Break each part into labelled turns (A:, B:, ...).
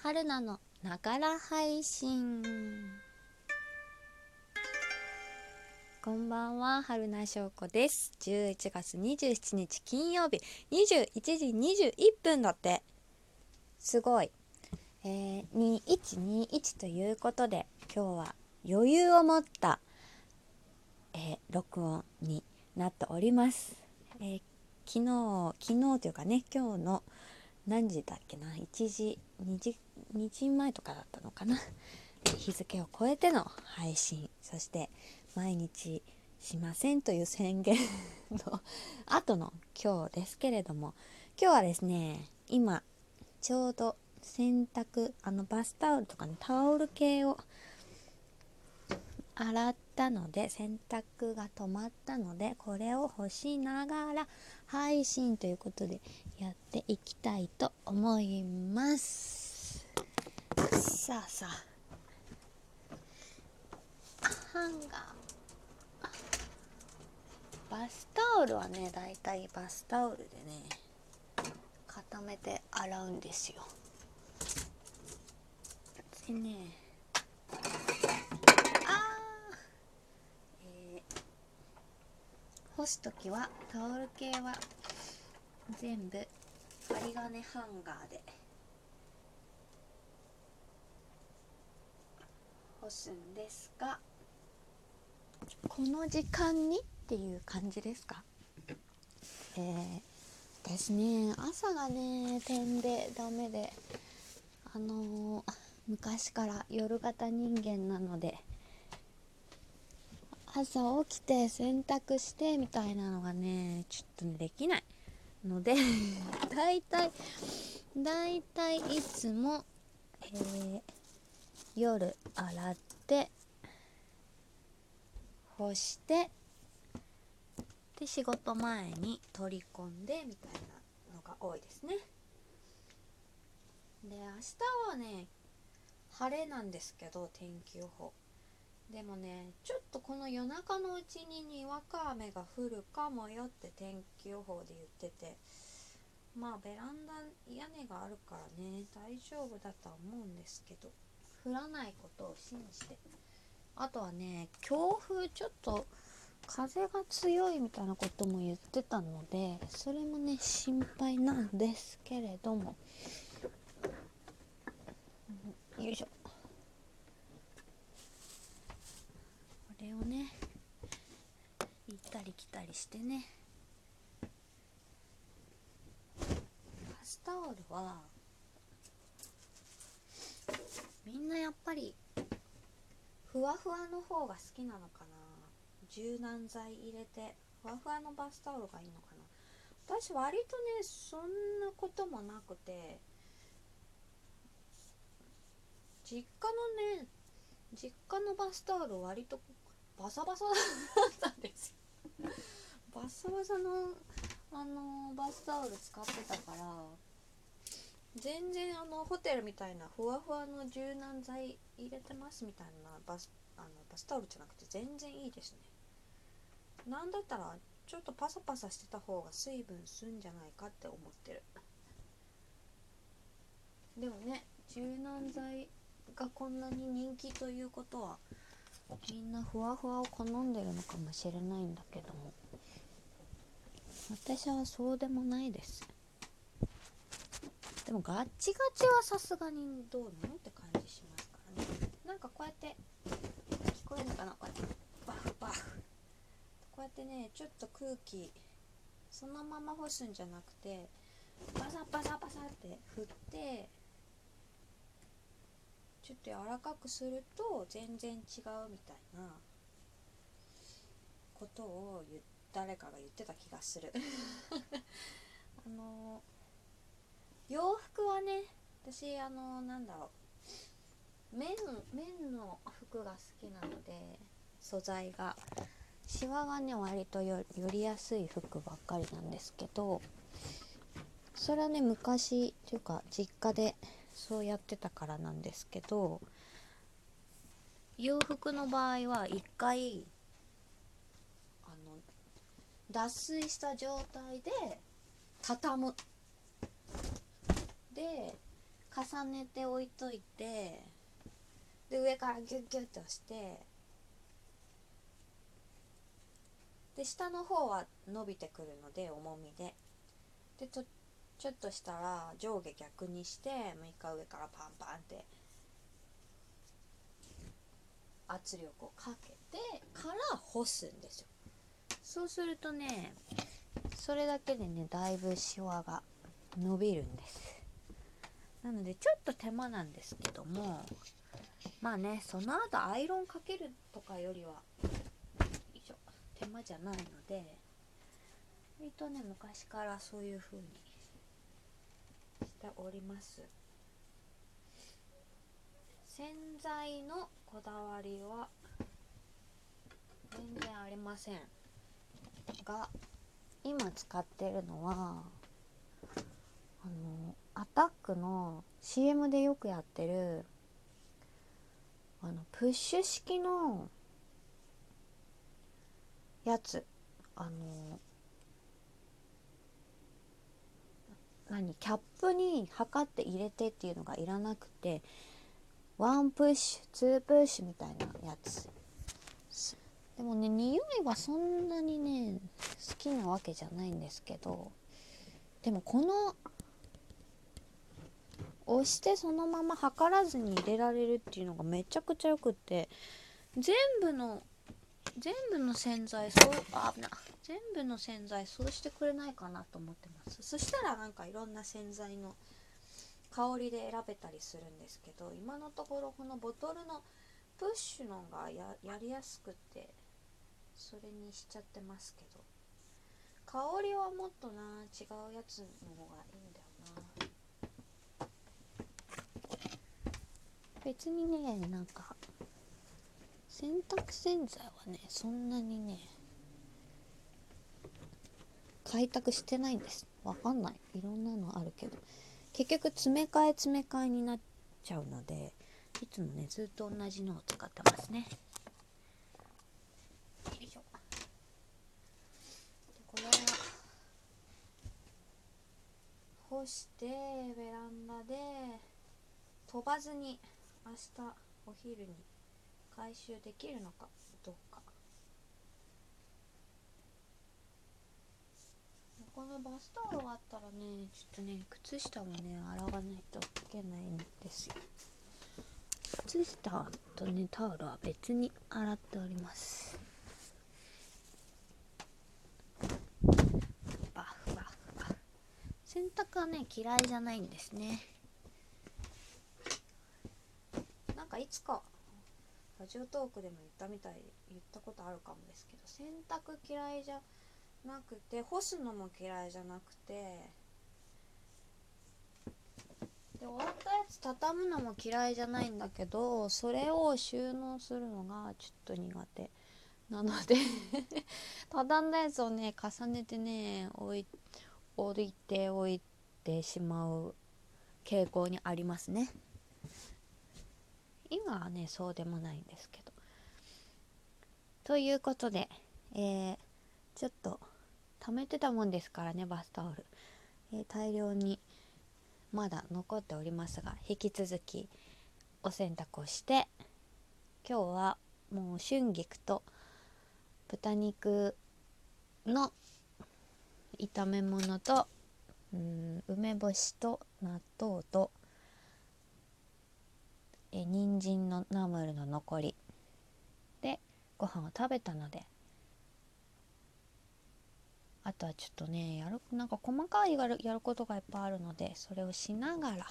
A: 春菜のながら配信。こんばんは、春菜翔子です。11月27日金曜日21時21分だって。すごい。2121ということで、今日は余裕を持った、録音になっております。昨日というかね、今日の何時だっけな、1時2時前とかだったのかな、日付を超えての配信、そして毎日しませんという宣言の後の今日ですけれども、今日はですね、今ちょうど洗濯、バスタオルとかね、タオル系を洗ったので、洗濯が止まったので、これを干しながら配信ということでやっていきたいと思います。さあハンガー、バスタオルはね、だいたいバスタオルでね固めて洗うんですよ。でね、干すときはタオル系は全部針金ハンガーで干すんですが、この時間にっていう感じですか。私ね、朝がね点でダメで、昔から夜型人間なので、朝起きて洗濯してみたいなのがねちょっとねできないのでだいたいいつも、夜洗って干してで仕事前に取り込んでみたいなのが多いですね。で、明日はね晴れなんですけど、天気予報でもね、ちょっとこの夜中のうちににわか雨が降るかもよって天気予報で言ってて、まあベランダ屋根があるからね大丈夫だとは思うんですけど、降らないことを信じて。あとはね、強風、ちょっと風が強いみたいなことも言ってたので、それもね心配なんですけれども、よいしょ、これをね行ったり来たりしてね。バスタオルはみんなやっぱりふわふわの方が好きなのかな。柔軟剤入れてふわふわのバスタオルがいいのかな。私割とねそんなこともなくて、実家のバスタオル割とバサバサだったんですよ。バサバサのバスタオル使ってたから、全然ホテルみたいなふわふわの柔軟剤入れてますみたいなバスタオルじゃなくて全然いいですね。なんだったらちょっとパサパサしてた方が水分吸うんじゃないかって思ってる。でもね、柔軟剤がこんなに人気ということは、みんなふわふわを好んでるのかもしれないんだけども、私はそうでもないです。でもガッチガチはさすがにどうなのって感じしますからね。なんかこうやって聞こえるのかな、こうやってバフバフ、こうやってねちょっと空気そのまま干すんじゃなくて、バサバサバサって振ってちょっと柔らかくすると全然違うみたいなことを誰かが言ってた気がする洋服はね、私なんだろう、綿の服が好きなので、素材がシワがね割とよりやすい服ばっかりなんですけど、それはね昔というか実家でそうやってたからなんですけど、洋服の場合は一回脱水した状態で畳む。で重ねて置いといて、で上からギュッギュッと押して、で下の方は伸びてくるので重みで、ちょっとしたら上下逆にして、もう一回上からパンパンって圧力をかけてから干すんですよ。そうするとね、それだけでねだいぶシワが伸びるんです。なのでちょっと手間なんですけども、まあね、その後アイロンかけるとかよりは手間じゃないので、割とね昔からそういう風にしております。洗剤のこだわりは全然ありませんが、今使ってるのはアタックの CM でよくやってるプッシュ式のやつ、キャップに測って入れてっていうのがいらなくて、1プッシュ2プッシュみたいなやつでもね、匂いはそんなにね好きなわけじゃないんですけど、でもこの押してそのまま測らずに入れられるっていうのがめちゃくちゃよくって、全部の洗剤全部の洗剤そうしてくれないかなと思ってます。そしたらなんかいろんな洗剤の香りで選べたりするんですけど、今のところこのボトルのプッシュのが やりやすくてそれにしちゃってますけど、香りはもっと違うやつの方がいいんだよな。別にね、なんか洗濯洗剤はねそんなにね開拓してないんです。わかんない、いろんなのあるけど結局詰め替えになっちゃうので、いつもねずっと同じのを使ってますね。よいしょ。でこれは干してベランダで飛ばずに明日お昼に回収できるのかどうか。このバスタオルがあったらね、ちょっとね靴下もね洗わないといけないんですよ。靴下とねタオルは別に洗っております。バフバフバフ。洗濯はね嫌いじゃないんですね。なんかいつかラジオトークでも言ったことあるかもですけど、洗濯嫌いじゃなくて干すのも嫌いじゃなくて、で終わったやつ畳むのも嫌いじゃないんだけど、それを収納するのがちょっと苦手なので畳んだやつをね重ねてね置いてしまう傾向にありますね。今はねそうでもないんですけど。ということで、ちょっと貯めてたもんですからね、バスタオル、大量にまだ残っておりますが、引き続きお洗濯をして、今日はもう春菊と豚肉の炒め物と梅干しと納豆と人参のナムルの残りでご飯を食べたので、あとはちょっとねなんか細かいやることがいっぱいあるので、それをしながら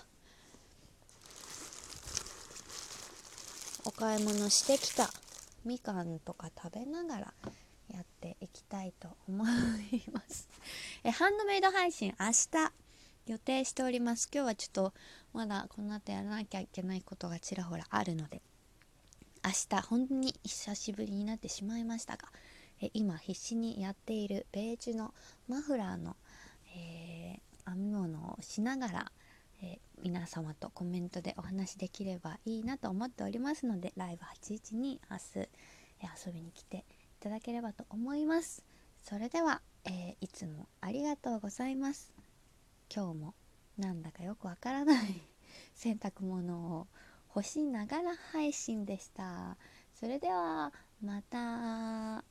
A: お買い物してきたみかんとか食べながらやっていきたいと思いますハンドメイド配信明日予定しております。今日はちょっとまだこの後やらなきゃいけないことがちらほらあるので、明日本当に久しぶりになってしまいましたが、今必死にやっているベージュのマフラーの、編み物をしながら、皆様とコメントでお話できればいいなと思っておりますので、ライブ81に明日、遊びに来ていただければと思います。それでは、いつもありがとうございます。今日もなんだかよくわからない
B: 洗濯物を干しながら配信でした。それではまた。